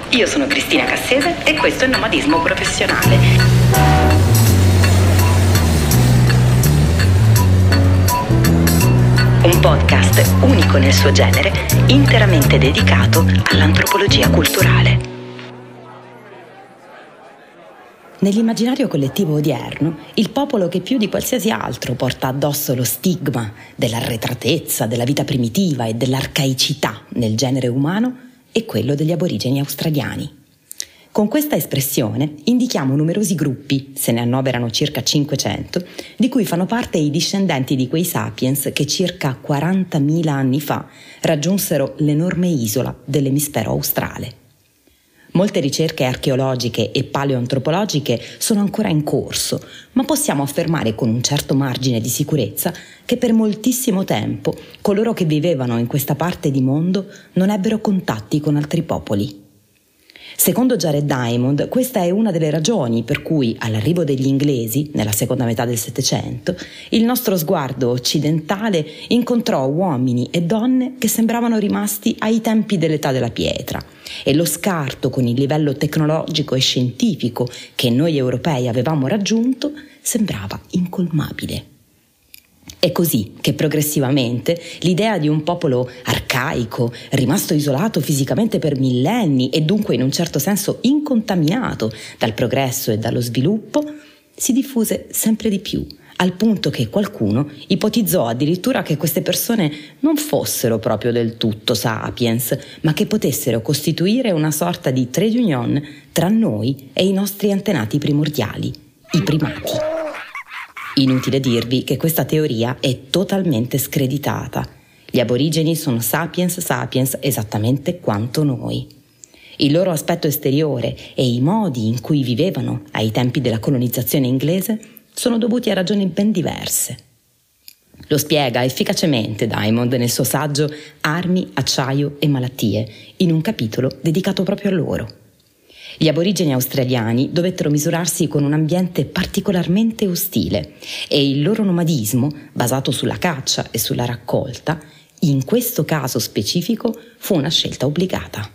Io sono Cristina Cassese e questo è Nomadismo Professionale. Un podcast unico nel suo genere, interamente dedicato all'antropologia culturale. Nell'immaginario collettivo odierno, il popolo che più di qualsiasi altro porta addosso lo stigma dell'arretratezza, della vita primitiva e dell'arcaicità nel genere umano è quello degli aborigeni australiani. Con questa espressione indichiamo numerosi gruppi, se ne annoverano circa 500, di cui fanno parte i discendenti di quei sapiens che circa 40.000 anni fa raggiunsero l'enorme isola dell'emisfero australe. Molte ricerche archeologiche e paleoantropologiche sono ancora in corso, ma possiamo affermare con un certo margine di sicurezza che per moltissimo tempo coloro che vivevano in questa parte di mondo non ebbero contatti con altri popoli. Secondo Jared Diamond, questa è una delle ragioni per cui, all'arrivo degli inglesi, nella seconda metà del Settecento, il nostro sguardo occidentale incontrò uomini e donne che sembravano rimasti ai tempi dell'età della pietra, e lo scarto con il livello tecnologico e scientifico che noi europei avevamo raggiunto sembrava incolmabile. È così che progressivamente l'idea di un popolo arcaico, rimasto isolato fisicamente per millenni e dunque in un certo senso incontaminato dal progresso e dallo sviluppo, si diffuse sempre di più, al punto che qualcuno ipotizzò addirittura che queste persone non fossero proprio del tutto sapiens, ma che potessero costituire una sorta di trade union tra noi e i nostri antenati primordiali, i primati. Inutile dirvi che questa teoria è totalmente screditata. Gli aborigeni sono sapiens esattamente quanto noi. Il loro aspetto esteriore e i modi in cui vivevano ai tempi della colonizzazione inglese sono dovuti a ragioni ben diverse. Lo spiega efficacemente Diamond nel suo saggio Armi, acciaio e malattie, in un capitolo dedicato proprio a loro. Gli aborigeni australiani dovettero misurarsi con un ambiente particolarmente ostile e il loro nomadismo, basato sulla caccia e sulla raccolta, in questo caso specifico fu una scelta obbligata.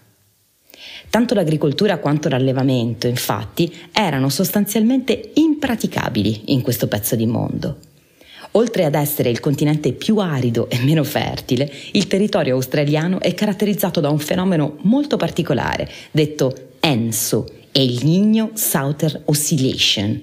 Tanto l'agricoltura quanto l'allevamento, infatti, erano sostanzialmente impraticabili in questo pezzo di mondo. Oltre ad essere il continente più arido e meno fertile, il territorio australiano è caratterizzato da un fenomeno molto particolare, detto ENSO, El Niño Southern Oscillation.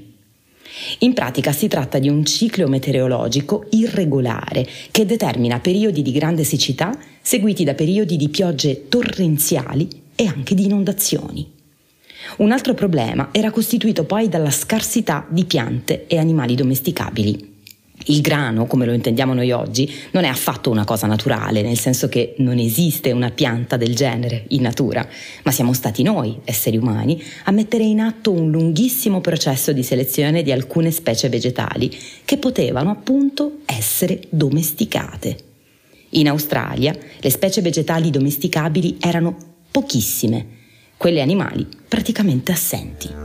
In pratica si tratta di un ciclo meteorologico irregolare che determina periodi di grande siccità seguiti da periodi di piogge torrenziali e anche di inondazioni. Un altro problema era costituito poi dalla scarsità di piante e animali domesticabili. Il grano, come lo intendiamo noi oggi, non è affatto una cosa naturale, nel senso che non esiste una pianta del genere in natura, ma siamo stati noi, esseri umani, a mettere in atto un lunghissimo processo di selezione di alcune specie vegetali che potevano appunto essere domesticate. In Australia le specie vegetali domesticabili erano pochissime, quelle animali praticamente assenti.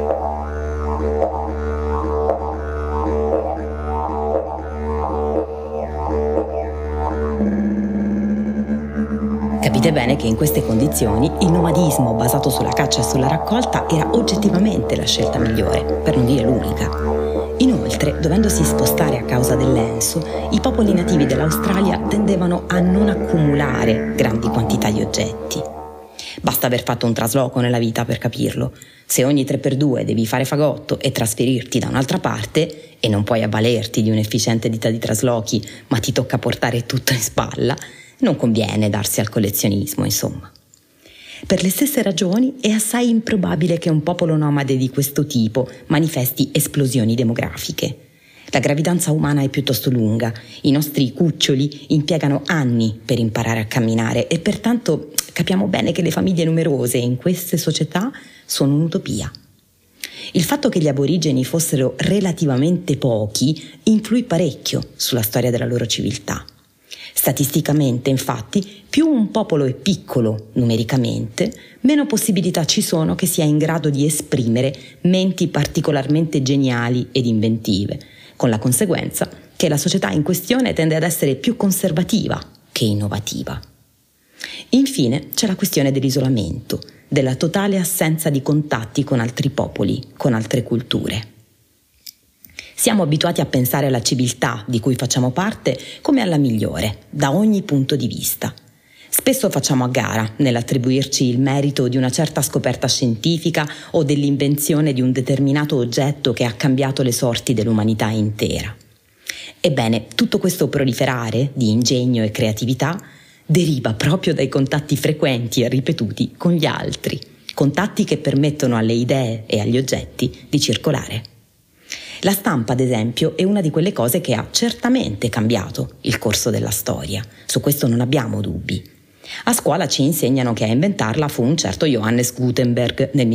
Capite bene che in queste condizioni il nomadismo basato sulla caccia e sulla raccolta era oggettivamente la scelta migliore, per non dire l'unica. Inoltre, dovendosi spostare a causa dell'enso, i popoli nativi dell'Australia tendevano a non accumulare grandi quantità di oggetti. Basta aver fatto un trasloco nella vita per capirlo. Se ogni 3x2 devi fare fagotto e trasferirti da un'altra parte, e non puoi avvalerti di un'efficiente ditta di traslochi, ma ti tocca portare tutto in spalla, non conviene darsi al collezionismo, insomma. Per le stesse ragioni è assai improbabile che un popolo nomade di questo tipo manifesti esplosioni demografiche. La gravidanza umana è piuttosto lunga, i nostri cuccioli impiegano anni per imparare a camminare e pertanto capiamo bene che le famiglie numerose in queste società sono un'utopia. Il fatto che gli aborigeni fossero relativamente pochi influì parecchio sulla storia della loro civiltà. Statisticamente, infatti, più un popolo è piccolo numericamente, meno possibilità ci sono che sia in grado di esprimere menti particolarmente geniali ed inventive, con la conseguenza che la società in questione tende ad essere più conservativa che innovativa. Infine c'è la questione dell'isolamento. della totale assenza di contatti con altri popoli, con altre culture. Siamo abituati a pensare alla civiltà di cui facciamo parte come alla migliore, da ogni punto di vista. Spesso facciamo a gara nell'attribuirci il merito di una certa scoperta scientifica o dell'invenzione di un determinato oggetto che ha cambiato le sorti dell'umanità intera. Ebbene, tutto questo proliferare di ingegno e creatività deriva proprio dai contatti frequenti e ripetuti con gli altri, contatti che permettono alle idee e agli oggetti di circolare. La stampa, ad esempio, è una di quelle cose che ha certamente cambiato il corso della storia. Su questo non abbiamo dubbi. A scuola ci insegnano che a inventarla fu un certo Johannes Gutenberg nel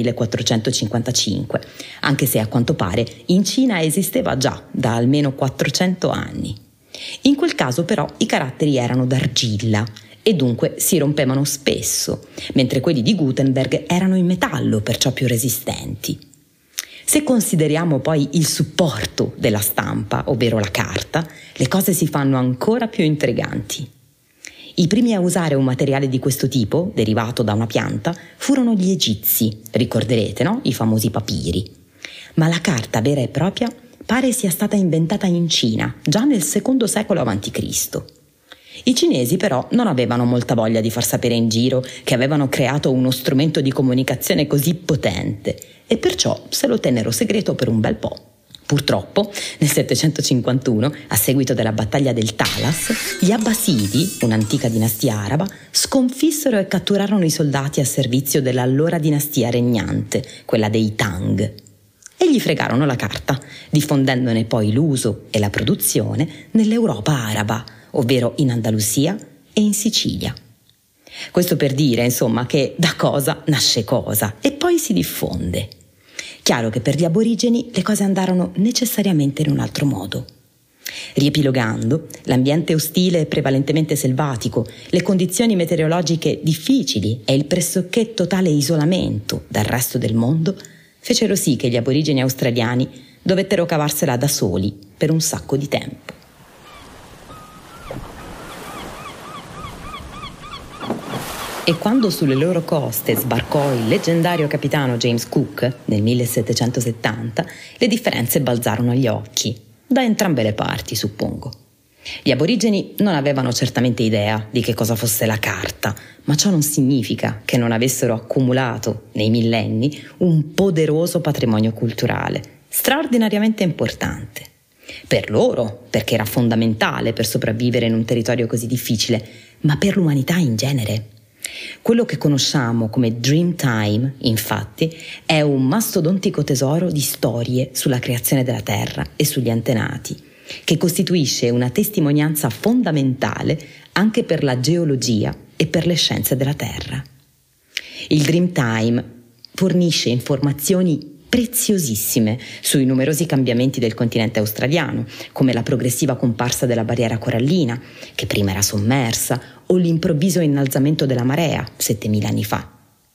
1455, anche se a quanto pare in Cina esisteva già da almeno 400 anni. In quel caso però i caratteri erano d'argilla e dunque si rompevano spesso, mentre quelli di Gutenberg erano in metallo, perciò più resistenti. Se consideriamo poi il supporto della stampa, ovvero la carta, le cose si fanno ancora più intriganti. I primi a usare un materiale di questo tipo, derivato da una pianta, furono gli egizi, ricorderete, no? I famosi papiri. Ma la carta vera e propria pare sia stata inventata in Cina, già nel secondo secolo a.C. I cinesi però non avevano molta voglia di far sapere in giro che avevano creato uno strumento di comunicazione così potente e perciò se lo tennero segreto per un bel po'. Purtroppo, nel 751, a seguito della battaglia del Talas, gli Abbasidi, un'antica dinastia araba, sconfissero e catturarono i soldati a servizio dell'allora dinastia regnante, quella dei Tang, e gli fregarono la carta, diffondendone poi l'uso e la produzione nell'Europa araba, ovvero in Andalusia e in Sicilia. Questo per dire, insomma, che da cosa nasce cosa e poi si diffonde. Chiaro che per gli aborigeni le cose andarono necessariamente in un altro modo. Riepilogando, l'ambiente ostile e prevalentemente selvatico, le condizioni meteorologiche difficili e il pressoché totale isolamento dal resto del mondo fecero sì che gli aborigeni australiani dovettero cavarsela da soli per un sacco di tempo. E quando sulle loro coste sbarcò il leggendario capitano James Cook nel 1770, le differenze balzarono agli occhi, da entrambe le parti, suppongo. Gli aborigeni non avevano certamente idea di che cosa fosse la carta, ma ciò non significa che non avessero accumulato nei millenni un poderoso patrimonio culturale, straordinariamente importante. Per loro, perché era fondamentale per sopravvivere in un territorio così difficile, ma per l'umanità in genere. Quello che conosciamo come Dreamtime, infatti, è un mastodontico tesoro di storie sulla creazione della Terra e sugli antenati, che costituisce una testimonianza fondamentale anche per la geologia e per le scienze della Terra. Il Dreamtime fornisce informazioni preziosissime sui numerosi cambiamenti del continente australiano, come la progressiva comparsa della barriera corallina, che prima era sommersa, o l'improvviso innalzamento della marea 7000 anni fa.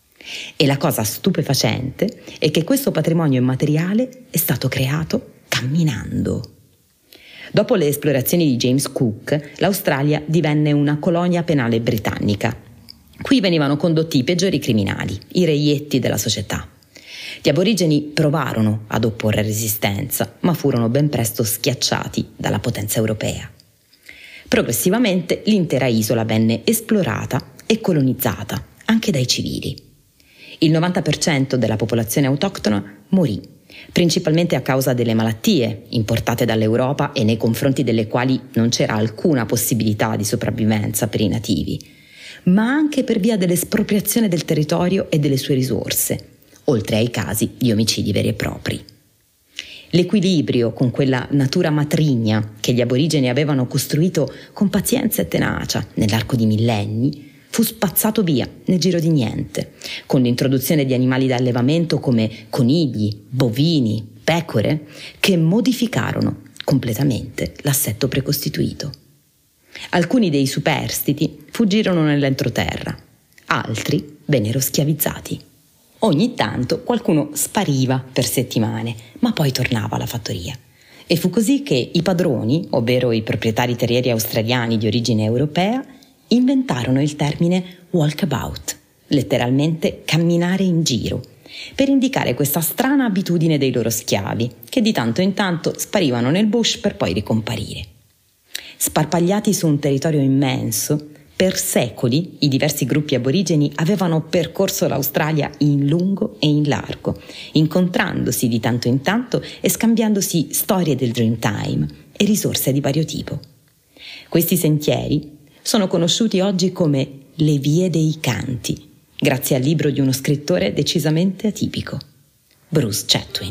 E la cosa stupefacente è che questo patrimonio immateriale è stato creato camminando. Dopo le esplorazioni di James Cook, l'Australia divenne una colonia penale britannica. Qui venivano condotti i peggiori criminali, i reietti della società. Gli aborigeni provarono ad opporre resistenza, ma furono ben presto schiacciati dalla potenza europea. Progressivamente l'intera isola venne esplorata e colonizzata, anche dai civili. Il 90% della popolazione autoctona morì, principalmente a causa delle malattie importate dall'Europa e nei confronti delle quali non c'era alcuna possibilità di sopravvivenza per i nativi, ma anche per via dell'espropriazione del territorio e delle sue risorse, oltre ai casi di omicidi veri e propri. L'equilibrio con quella natura matrigna che gli aborigeni avevano costruito con pazienza e tenacia nell'arco di millenni fu spazzato via nel giro di niente, con l'introduzione di animali da allevamento come conigli, bovini, pecore, che modificarono completamente l'assetto precostituito. Alcuni dei superstiti fuggirono nell'entroterra, altri vennero schiavizzati. Ogni tanto qualcuno spariva per settimane, ma poi tornava alla fattoria. E fu così che i padroni, ovvero i proprietari terrieri australiani di origine europea, inventarono il termine walkabout, letteralmente camminare in giro, per indicare questa strana abitudine dei loro schiavi, che di tanto in tanto sparivano nel bush per poi ricomparire. Sparpagliati su un territorio immenso, per secoli i diversi gruppi aborigeni avevano percorso l'Australia in lungo e in largo, incontrandosi di tanto in tanto e scambiandosi storie del Dreamtime e risorse di vario tipo. Questi sentieri sono conosciuti oggi come le vie dei canti, grazie al libro di uno scrittore decisamente atipico, Bruce Chatwin.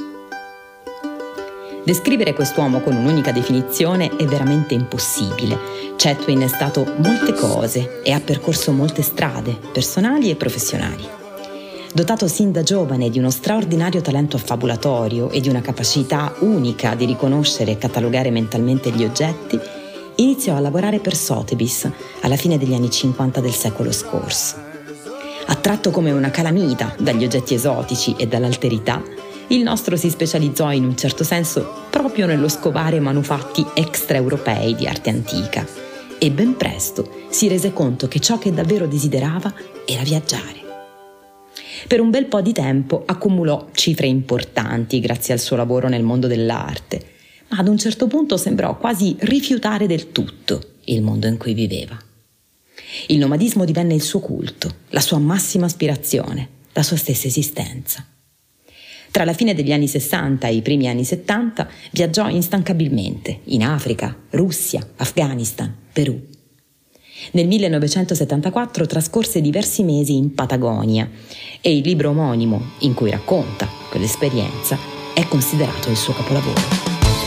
Descrivere quest'uomo con un'unica definizione è veramente impossibile. Chatwin è stato molte cose e ha percorso molte strade, personali e professionali. Dotato sin da giovane di uno straordinario talento affabulatorio e di una capacità unica di riconoscere e catalogare mentalmente gli oggetti, iniziò a lavorare per Sotheby's alla fine degli anni 50 del secolo scorso. Attratto come una calamita dagli oggetti esotici e dall'alterità, il nostro si specializzò in un certo senso proprio nello scovare manufatti extraeuropei di arte antica e ben presto si rese conto che ciò che davvero desiderava era viaggiare. Per un bel po' di tempo accumulò cifre importanti grazie al suo lavoro nel mondo dell'arte, ma ad un certo punto sembrò quasi rifiutare del tutto il mondo in cui viveva. Il nomadismo divenne il suo culto, la sua massima aspirazione, la sua stessa esistenza. Tra la fine degli anni 60 e i primi anni 70 viaggiò instancabilmente in Africa, Russia, Afghanistan, Perù. Nel 1974 trascorse diversi mesi in Patagonia e il libro omonimo in cui racconta quell'esperienza è considerato il suo capolavoro.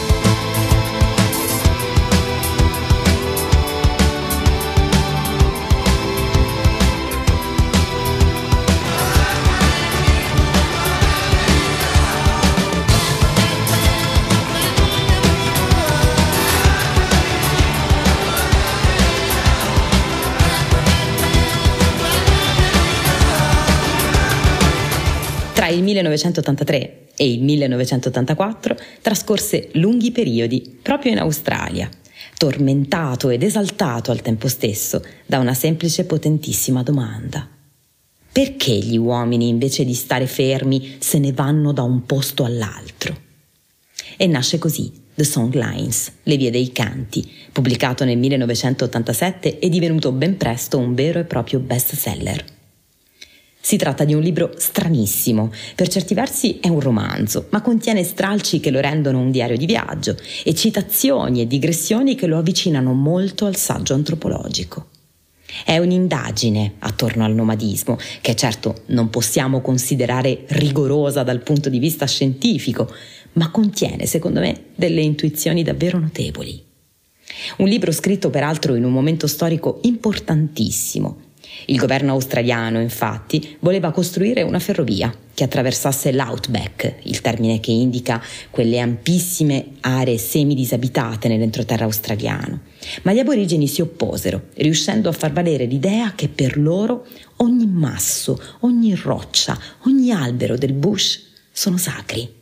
Tra il 1983 e il 1984 trascorse lunghi periodi proprio in Australia, tormentato ed esaltato al tempo stesso da una semplice e potentissima domanda. Perché gli uomini, invece di stare fermi, se ne vanno da un posto all'altro? E nasce così The Songlines, Le vie dei canti, pubblicato nel 1987 e divenuto ben presto un vero e proprio bestseller. Si tratta di un libro stranissimo, per certi versi è un romanzo, ma contiene stralci che lo rendono un diario di viaggio e citazioni e digressioni che lo avvicinano molto al saggio antropologico. È un'indagine attorno al nomadismo, che certo non possiamo considerare rigorosa dal punto di vista scientifico, ma contiene, secondo me, delle intuizioni davvero notevoli. Un libro scritto peraltro in un momento storico importantissimo. Il governo australiano, infatti, voleva costruire una ferrovia che attraversasse l'outback, il termine che indica quelle ampissime aree semidisabitate nell'entroterra australiano. Ma gli aborigeni si opposero, riuscendo a far valere l'idea che per loro ogni masso, ogni roccia, ogni albero del bush sono sacri.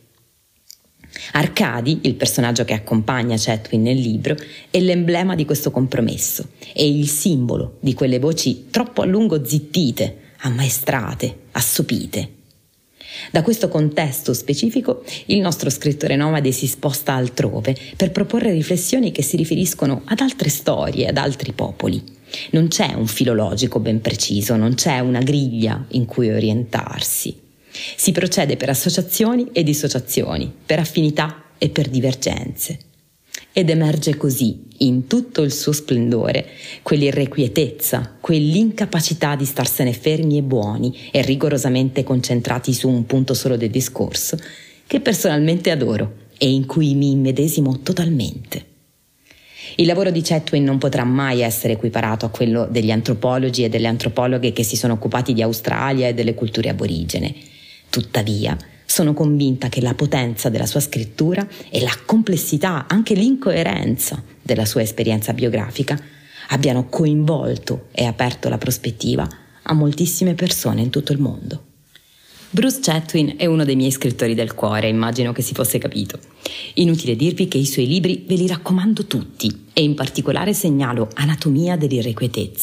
Arcadi, il personaggio che accompagna Chatwin nel libro, è l'emblema di questo compromesso, è il simbolo di quelle voci troppo a lungo zittite, ammaestrate, assopite. Da questo contesto specifico il nostro scrittore nomade si sposta altrove per proporre riflessioni che si riferiscono ad altre storie, ad altri popoli. Non c'è un filo logico ben preciso, non c'è una griglia in cui orientarsi. Si procede per associazioni e dissociazioni, per affinità e per divergenze. Ed emerge così, in tutto il suo splendore, quell'irrequietezza, quell'incapacità di starsene fermi e buoni e rigorosamente concentrati su un punto solo del discorso, che personalmente adoro e in cui mi immedesimo totalmente. Il lavoro di Chatwin non potrà mai essere equiparato a quello degli antropologi e delle antropologhe che si sono occupati di Australia e delle culture aborigene. Tuttavia, sono convinta che la potenza della sua scrittura e la complessità, anche l'incoerenza della sua esperienza biografica abbiano coinvolto e aperto la prospettiva a moltissime persone in tutto il mondo. Bruce Chatwin è uno dei miei scrittori del cuore, immagino che si fosse capito. Inutile dirvi che i suoi libri ve li raccomando tutti e in particolare segnalo Anatomia dell'irrequietezza,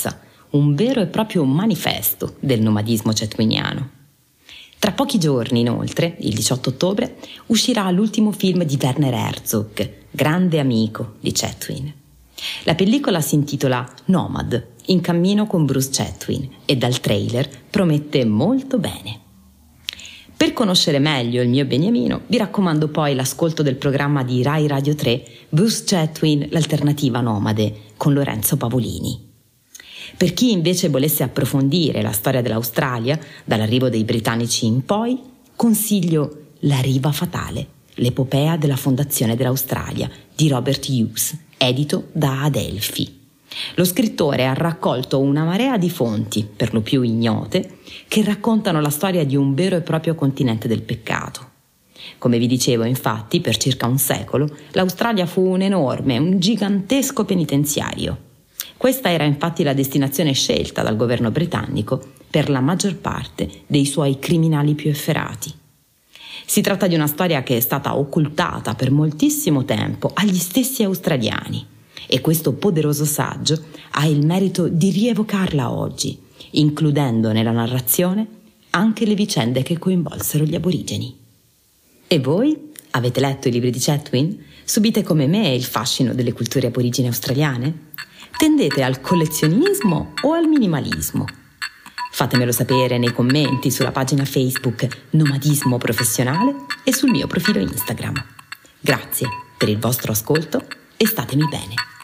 un vero e proprio manifesto del nomadismo chatwiniano. Tra pochi giorni, inoltre, il 18 ottobre, uscirà l'ultimo film di Werner Herzog, grande amico di Chatwin. La pellicola si intitola Nomad, in cammino con Bruce Chatwin, e dal trailer promette molto bene. Per conoscere meglio il mio beniamino, vi raccomando poi l'ascolto del programma di Rai Radio 3 Bruce Chatwin, l'alternativa nomade, con Lorenzo Pavolini. Per chi invece volesse approfondire la storia dell'Australia, dall'arrivo dei britannici in poi, consiglio La riva fatale, l'epopea della fondazione dell'Australia, di Robert Hughes, edito da Adelphi. Lo scrittore ha raccolto una marea di fonti, per lo più ignote, che raccontano la storia di un vero e proprio continente del peccato. Come vi dicevo, infatti, per circa un secolo, l'Australia fu un gigantesco penitenziario. Questa era infatti la destinazione scelta dal governo britannico per la maggior parte dei suoi criminali più efferati. Si tratta di una storia che è stata occultata per moltissimo tempo agli stessi australiani, e questo poderoso saggio ha il merito di rievocarla oggi, includendo nella narrazione anche le vicende che coinvolsero gli aborigeni. E voi? Avete letto i libri di Chatwin? Subite come me il fascino delle culture aborigene australiane? Tendete al collezionismo o al minimalismo? Fatemelo sapere nei commenti sulla pagina Facebook Nomadismo Professionale e sul mio profilo Instagram. Grazie per il vostro ascolto e statemi bene.